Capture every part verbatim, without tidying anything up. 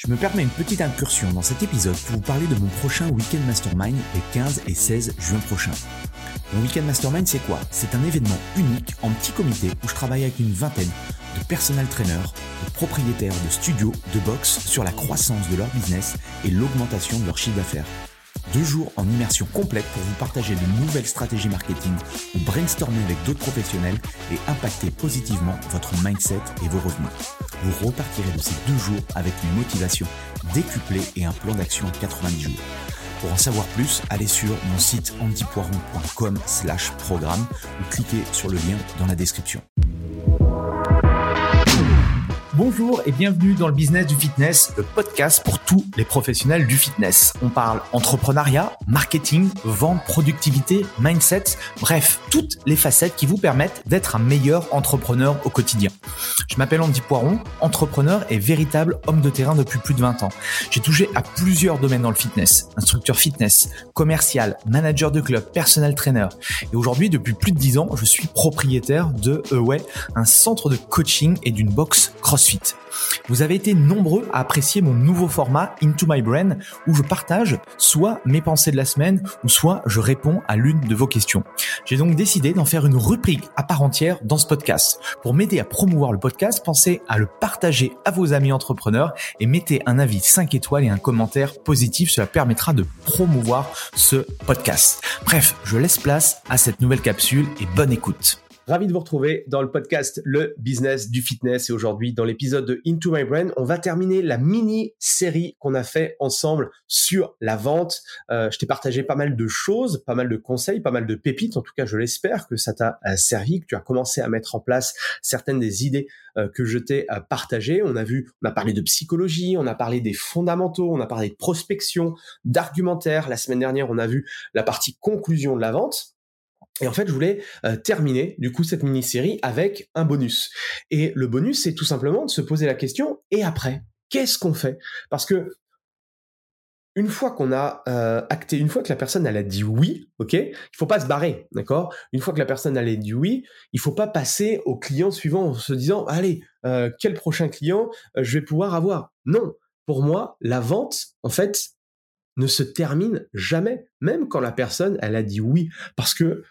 Je me permets une petite incursion dans cet épisode pour vous parler de mon prochain Weekend Mastermind les quinze et seize juin prochains. Mon Weekend Mastermind, c'est quoi ? C'est un événement unique en petit comité où je travaille avec une vingtaine de personal trainers, de propriétaires de studios, de box sur la croissance de leur business et l'augmentation de leur chiffre d'affaires. Deux jours en immersion complète pour vous partager de nouvelles stratégies marketing ou brainstormer avec d'autres professionnels et impacter positivement votre mindset et vos revenus. Vous repartirez de ces deux jours avec une motivation décuplée et un plan d'action en quatre-vingt-dix jours. Pour en savoir plus, allez sur mon site andypoiron point com slash programme ou cliquez sur le lien dans la description. Bonjour et bienvenue dans le Business du Fitness, le podcast pour tous les professionnels du fitness. On parle entrepreneuriat, marketing, vente, productivité, mindset, bref, toutes les facettes qui vous permettent d'être un meilleur entrepreneur au quotidien. Je m'appelle Andy Poiron, entrepreneur et véritable homme de terrain depuis plus de vingt ans. J'ai touché à plusieurs domaines dans le fitness, instructeur fitness, commercial, manager de club, personal trainer. Et aujourd'hui, depuis plus de dix ans, je suis propriétaire de Away, un centre de coaching et d'une box CrossFit. Vous avez été nombreux à apprécier mon nouveau format Into My Brain où je partage soit mes pensées de la semaine ou soit je réponds à l'une de vos questions. J'ai donc décidé d'en faire une rubrique à part entière dans ce podcast. Pour m'aider à promouvoir le podcast, pensez à le partager à vos amis entrepreneurs et mettez un avis cinq étoiles et un commentaire positif. Cela permettra de promouvoir ce podcast. Bref, je laisse place à cette nouvelle capsule et bonne écoute. Ravi de vous retrouver dans le podcast Le Business du Fitness et aujourd'hui dans l'épisode de Into My Brain, on va terminer la mini-série qu'on a fait ensemble sur la vente. Euh, je t'ai partagé pas mal de choses, pas mal de conseils, pas mal de pépites. En tout cas, je l'espère que ça t'a euh, servi, que tu as commencé à mettre en place certaines des idées euh, que je t'ai euh, partagées. On a vu, on a parlé de psychologie, on a parlé des fondamentaux, on a parlé de prospection, d'argumentaire. La semaine dernière, on a vu la partie conclusion de la vente. Et en fait, je voulais euh, terminer du coup cette mini-série avec un bonus. Et le bonus, c'est tout simplement de se poser la question, et après, qu'est-ce qu'on fait ? Parce que une fois qu'on a euh, acté, une fois que la personne elle a dit oui, ok, il faut pas se barrer, d'accord ? Une fois que la personne elle a dit oui, il faut pas passer au client suivant en se disant, allez, euh, quel prochain client euh, je vais pouvoir avoir ? Non, pour moi, la vente, en fait, ne se termine jamais, même quand la personne elle a dit oui, parce que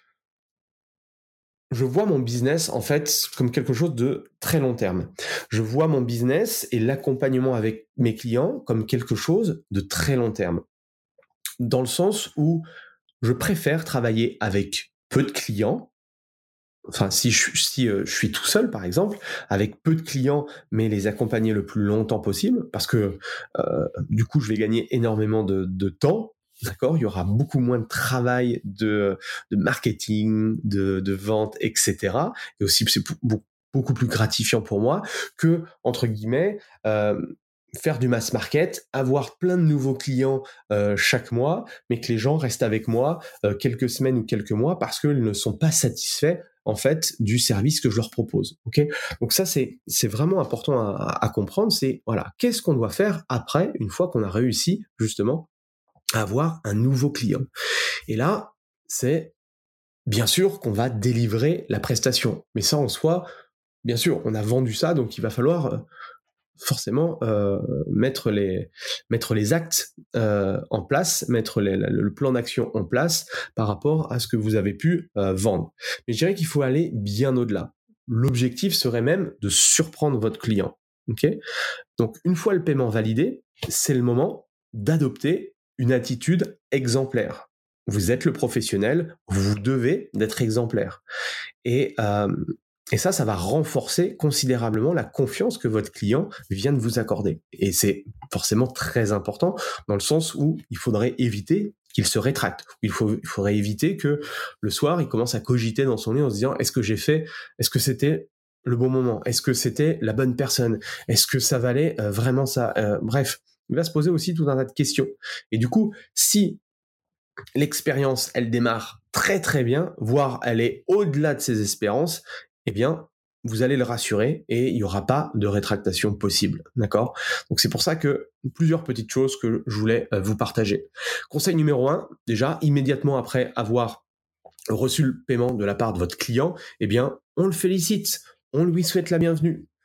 je vois mon business, en fait, comme quelque chose de très long terme. Je vois mon business et l'accompagnement avec mes clients comme quelque chose de très long terme. Dans le sens où je préfère travailler avec peu de clients. Enfin, si je, si, euh, je suis tout seul, par exemple, avec peu de clients, mais les accompagner le plus longtemps possible, parce que euh, du coup, je vais gagner énormément de, de temps. D'accord, il y aura beaucoup moins de travail de, de marketing, de, de vente, et cetera. Et aussi, c'est beaucoup, beaucoup plus gratifiant pour moi que, entre guillemets, euh, faire du mass market, avoir plein de nouveaux clients euh, chaque mois, mais que les gens restent avec moi euh, quelques semaines ou quelques mois parce qu'ils ne sont pas satisfaits en fait du service que je leur propose. Ok, donc ça c'est c'est vraiment important à, à comprendre. C'est voilà, qu'est-ce qu'on doit faire après une fois qu'on a réussi justement avoir un nouveau client. Et là, c'est bien sûr qu'on va délivrer la prestation. Mais ça en soi, bien sûr, on a vendu ça, donc il va falloir euh, forcément euh, mettre les mettre les actes euh, en place, mettre les, le, le plan d'action en place par rapport à ce que vous avez pu euh, vendre. Mais je dirais qu'il faut aller bien au-delà. L'objectif serait même de surprendre votre client. Ok ? Donc une fois le paiement validé, c'est le moment d'adopter une attitude exemplaire. Vous êtes le professionnel, vous devez d'être exemplaire. Et, euh, et ça, ça va renforcer considérablement la confiance que votre client vient de vous accorder. Et c'est forcément très important dans le sens où il faudrait éviter qu'il se rétracte. Il, faut, il faudrait éviter que le soir, il commence à cogiter dans son lit en se disant « Est-ce que j'ai fait, est-ce que c'était le bon moment ? Est-ce que c'était la bonne personne ? Est-ce que ça valait euh, vraiment ça ?» euh, Bref, il va se poser aussi tout un tas de questions. Et du coup, si l'expérience, elle démarre très très bien, voire elle est au-delà de ses espérances, eh bien, vous allez le rassurer et il n'y aura pas de rétractation possible, d'accord ? Donc c'est pour ça que plusieurs petites choses que je voulais euh, vous partager. Conseil numéro un, déjà, immédiatement après avoir reçu le paiement de la part de votre client, eh bien, on le félicite, on lui souhaite la bienvenue.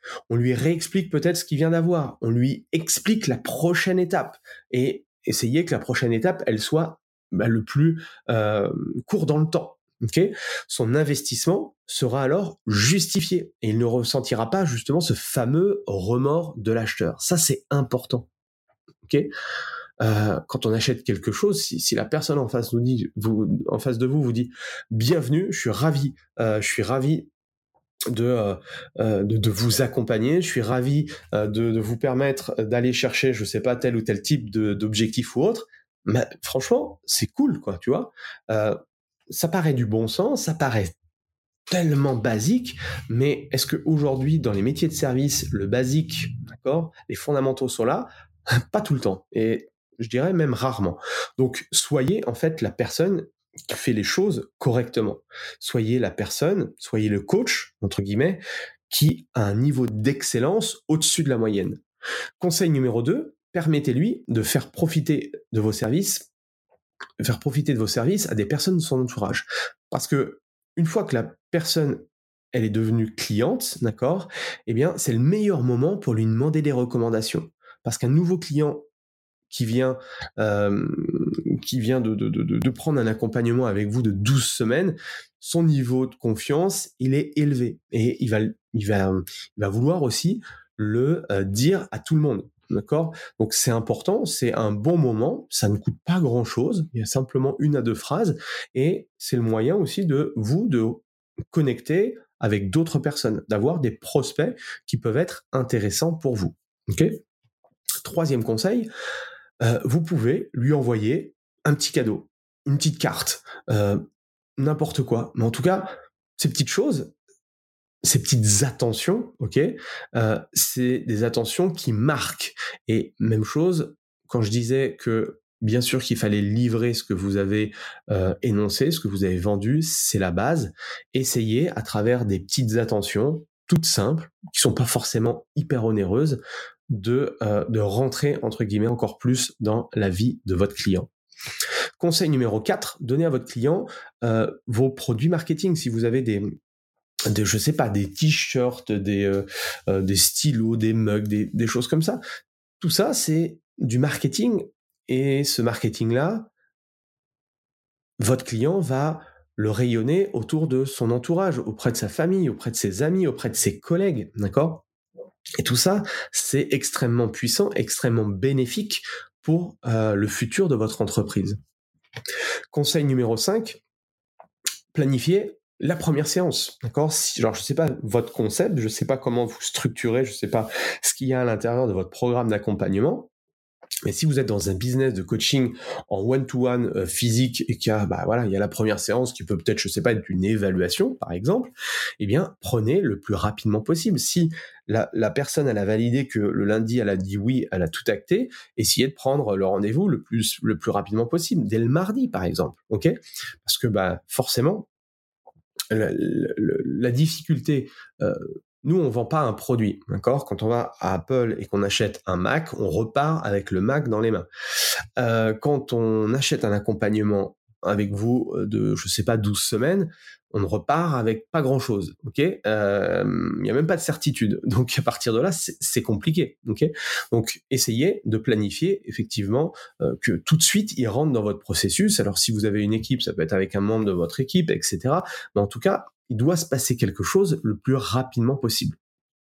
On lui réexplique peut-être ce qu'il vient d'avoir. On lui explique la prochaine étape. Et essayer que la prochaine étape, elle soit bah, le plus euh, court dans le temps. Okay, son investissement sera alors justifié et il ne ressentira pas justement ce fameux remords de l'acheteur. Ça, c'est important. Okay, euh, quand on achète quelque chose, si, si la personne en face nous dit, vous, en face de vous, vous dit bienvenue, je suis ravi, euh, je suis ravi de, euh, de de vous accompagner, je suis ravi euh, de, de vous permettre d'aller chercher, je sais pas, tel ou tel type de, d'objectif ou autre. Mais franchement, c'est cool, quoi, tu vois. Euh, ça paraît du bon sens, ça paraît tellement basique, mais est-ce que aujourd'hui, dans les métiers de service, le basique, d'accord, les fondamentaux sont là? Pas tout le temps, et je dirais même rarement. Donc, soyez en fait la personne qui fait les choses correctement. Soyez la personne, soyez le coach, entre guillemets, qui a un niveau d'excellence au-dessus de la moyenne. Conseil numéro deux, permettez-lui de faire profiter de vos services faire profiter de vos services à des personnes de son entourage. Parce que une fois que la personne elle est devenue cliente, d'accord, eh bien, c'est le meilleur moment pour lui demander des recommandations. Parce qu'un nouveau client qui vient, euh, qui vient de, de, de, de prendre un accompagnement avec vous de douze semaines, son niveau de confiance, il est élevé. Et il va, il va, il va vouloir aussi le euh, dire à tout le monde. D'accord? Donc c'est important, c'est un bon moment, ça ne coûte pas grand-chose, il y a simplement une à deux phrases, et c'est le moyen aussi de vous de connecter avec d'autres personnes, d'avoir des prospects qui peuvent être intéressants pour vous. Ok? Troisième conseil, euh, vous pouvez lui envoyer un petit cadeau, une petite carte, euh, n'importe quoi. Mais en tout cas, ces petites choses, ces petites attentions, ok, euh, c'est des attentions qui marquent. Et même chose, quand je disais que bien sûr qu'il fallait livrer ce que vous avez euh, énoncé, ce que vous avez vendu, c'est la base. Essayez à travers des petites attentions, toutes simples, qui sont pas forcément hyper onéreuses, de, euh, de rentrer, entre guillemets, encore plus dans la vie de votre client. Conseil numéro quatre, donnez à votre client euh, vos produits marketing. Si vous avez des, des je sais pas, des t-shirts, des, euh, euh, des stylos, des mugs, des, des choses comme ça. Tout ça, c'est du marketing. Et ce marketing-là, votre client va le rayonner autour de son entourage, auprès de sa famille, auprès de ses amis, auprès de ses collègues, d'accord ? Et tout ça, c'est extrêmement puissant, extrêmement bénéfique pour euh, le futur de votre entreprise. Conseil numéro cinq, planifiez la première séance, d'accord ? Si, genre, je sais pas votre concept, je sais pas comment vous structurez, je sais pas ce qu'il y a à l'intérieur de votre programme d'accompagnement, mais si vous êtes dans un business de coaching en one-to-one euh, physique et qu'il y a, bah voilà, il y a la première séance qui peut peut-être, je sais pas, être une évaluation, par exemple, eh bien, prenez le plus rapidement possible. Si la, la personne, elle a validé que le lundi, elle a dit oui, elle a tout acté, essayez de prendre le rendez-vous le plus, le plus rapidement possible, dès le mardi, par exemple, ok ? Parce que, bah, forcément, la, la, la difficulté, euh, nous, on vend pas un produit, d'accord ? Quand on va à Apple et qu'on achète un Mac, on repart avec le Mac dans les mains. Euh, quand on achète un accompagnement avec vous de, je sais pas, douze semaines, on repart avec pas grand-chose, ok ? Il euh, y a même pas de certitude. Donc, à partir de là, c'est, c'est compliqué, ok ? Donc, essayez de planifier, effectivement, euh, que tout de suite, il rentre dans votre processus. Alors, si vous avez une équipe, ça peut être avec un membre de votre équipe, et cetera. Mais en tout cas, il doit se passer quelque chose le plus rapidement possible.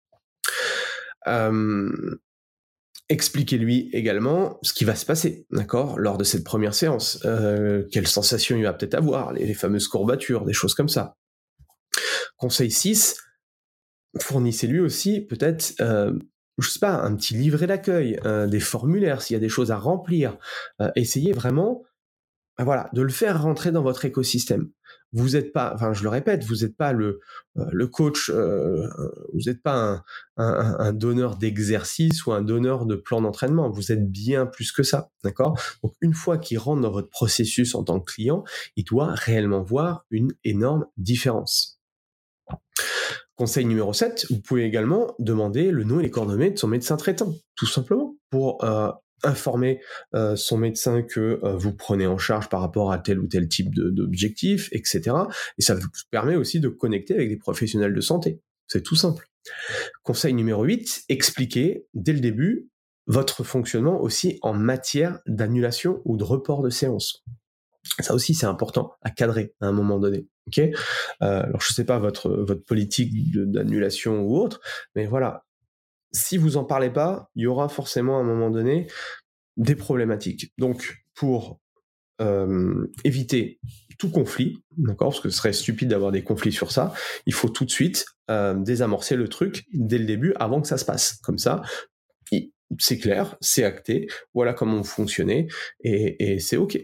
Euh, Expliquez-lui également ce qui va se passer, d'accord, lors de cette première séance. Euh, quelles sensations il va peut-être avoir, les, les fameuses courbatures, des choses comme ça. Conseil six, fournissez-lui aussi peut-être, euh, je sais pas, un petit livret d'accueil, euh, des formulaires, s'il y a des choses à remplir. Euh, essayez vraiment, ben voilà, de le faire rentrer dans votre écosystème. Vous n'êtes pas, enfin je le répète, vous n'êtes pas le, euh, le coach, euh, vous n'êtes pas un, un, un donneur d'exercice ou un donneur de plan d'entraînement. Vous êtes bien plus que ça, d'accord ? Donc une fois qu'il rentre dans votre processus en tant que client, il doit réellement voir une énorme différence. Conseil numéro sept, vous pouvez également demander le nom et les coordonnées de son médecin traitant, tout simplement, pour euh, informer euh, son médecin que euh, vous prenez en charge par rapport à tel ou tel type de, d'objectif, et cetera. Et ça vous permet aussi de connecter avec des professionnels de santé. C'est tout simple. Conseil numéro huit, expliquez dès le début votre fonctionnement aussi en matière d'annulation ou de report de séance. Ça aussi, c'est important à cadrer à un moment donné. Okay, euh, alors, je ne sais pas votre, votre politique de, d'annulation ou autre, mais voilà, si vous n'en parlez pas, il y aura forcément à un moment donné des problématiques. Donc, pour euh, éviter tout conflit, d'accord, parce que ce serait stupide d'avoir des conflits sur ça, il faut tout de suite euh, désamorcer le truc dès le début avant que ça se passe. Comme ça, c'est clair, c'est acté, voilà comment vous fonctionnez, et, et c'est OK.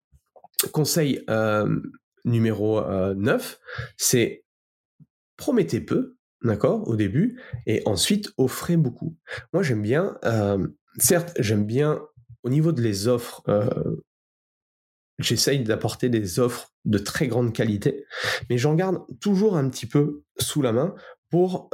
Conseil euh, numéro euh, neuf, c'est promettez peu, d'accord, au début, et ensuite offrez beaucoup. Moi, j'aime bien, euh, certes, j'aime bien, au niveau de les offres, euh, j'essaye d'apporter des offres de très grande qualité, mais j'en garde toujours un petit peu sous la main pour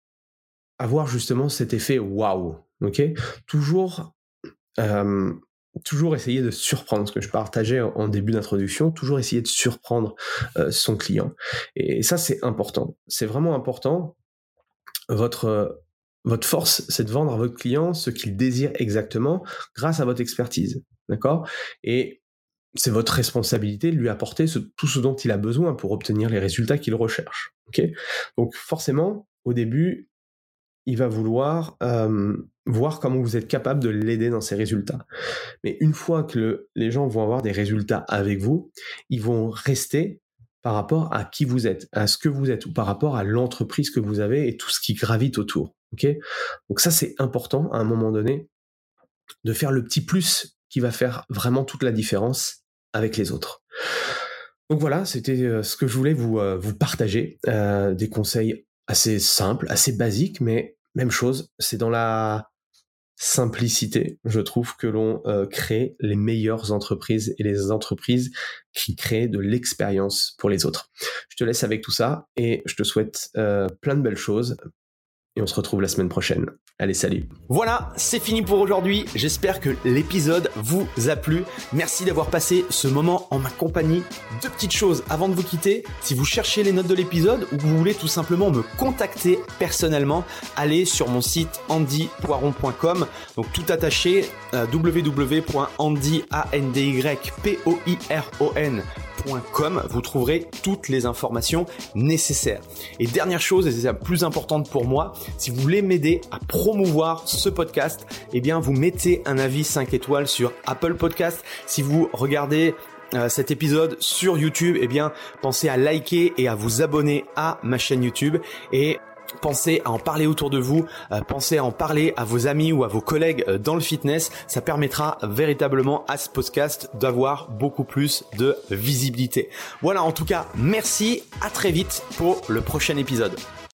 avoir justement cet effet waouh, ok ? Toujours, euh, toujours essayer de surprendre, ce que je partageais en début d'introduction, toujours essayer de surprendre euh, son client. Et ça, c'est important. C'est vraiment important. Votre, euh, votre force, c'est de vendre à votre client ce qu'il désire exactement grâce à votre expertise, d'accord ? Et c'est votre responsabilité de lui apporter ce, tout ce dont il a besoin pour obtenir les résultats qu'il recherche. Okay ? Donc forcément, au début, il va vouloir euh, voir comment vous êtes capable de l'aider dans ses résultats. Mais une fois que le, les gens vont avoir des résultats avec vous, ils vont rester par rapport à qui vous êtes, à ce que vous êtes, ou par rapport à l'entreprise que vous avez et tout ce qui gravite autour. Okay ? Donc ça, c'est important à un moment donné de faire le petit plus qui va faire vraiment toute la différence avec les autres. Donc voilà, c'était ce que je voulais vous, euh, vous partager, euh, des conseils assez simples, assez basiques, mais même chose, c'est dans la simplicité, je trouve, que l'on euh, crée les meilleures entreprises et les entreprises qui créent de l'expérience pour les autres. Je te laisse avec tout ça et je te souhaite euh, plein de belles choses et on se retrouve la semaine prochaine. Allez, salut. Voilà, c'est fini pour aujourd'hui. J'espère que l'épisode vous a plu. Merci d'avoir passé ce moment en ma compagnie. Deux petites choses avant de vous quitter. Si vous cherchez les notes de l'épisode ou que vous voulez tout simplement me contacter personnellement, allez sur mon site andy poiron point com. Donc tout attaché, euh, w w w point andy poiron point com. Vous trouverez toutes les informations nécessaires. Et dernière chose, et c'est la plus importante pour moi, si vous voulez m'aider à promouvoir ce podcast, eh bien vous mettez un avis cinq étoiles sur Apple Podcast. Si vous regardez euh, cet épisode sur YouTube, eh bien pensez à liker et à vous abonner à ma chaîne YouTube et pensez à en parler autour de vous, euh, pensez à en parler à vos amis ou à vos collègues euh, dans le fitness. Ça permettra véritablement à ce podcast d'avoir beaucoup plus de visibilité. Voilà, en tout cas, merci, à très vite pour le prochain épisode.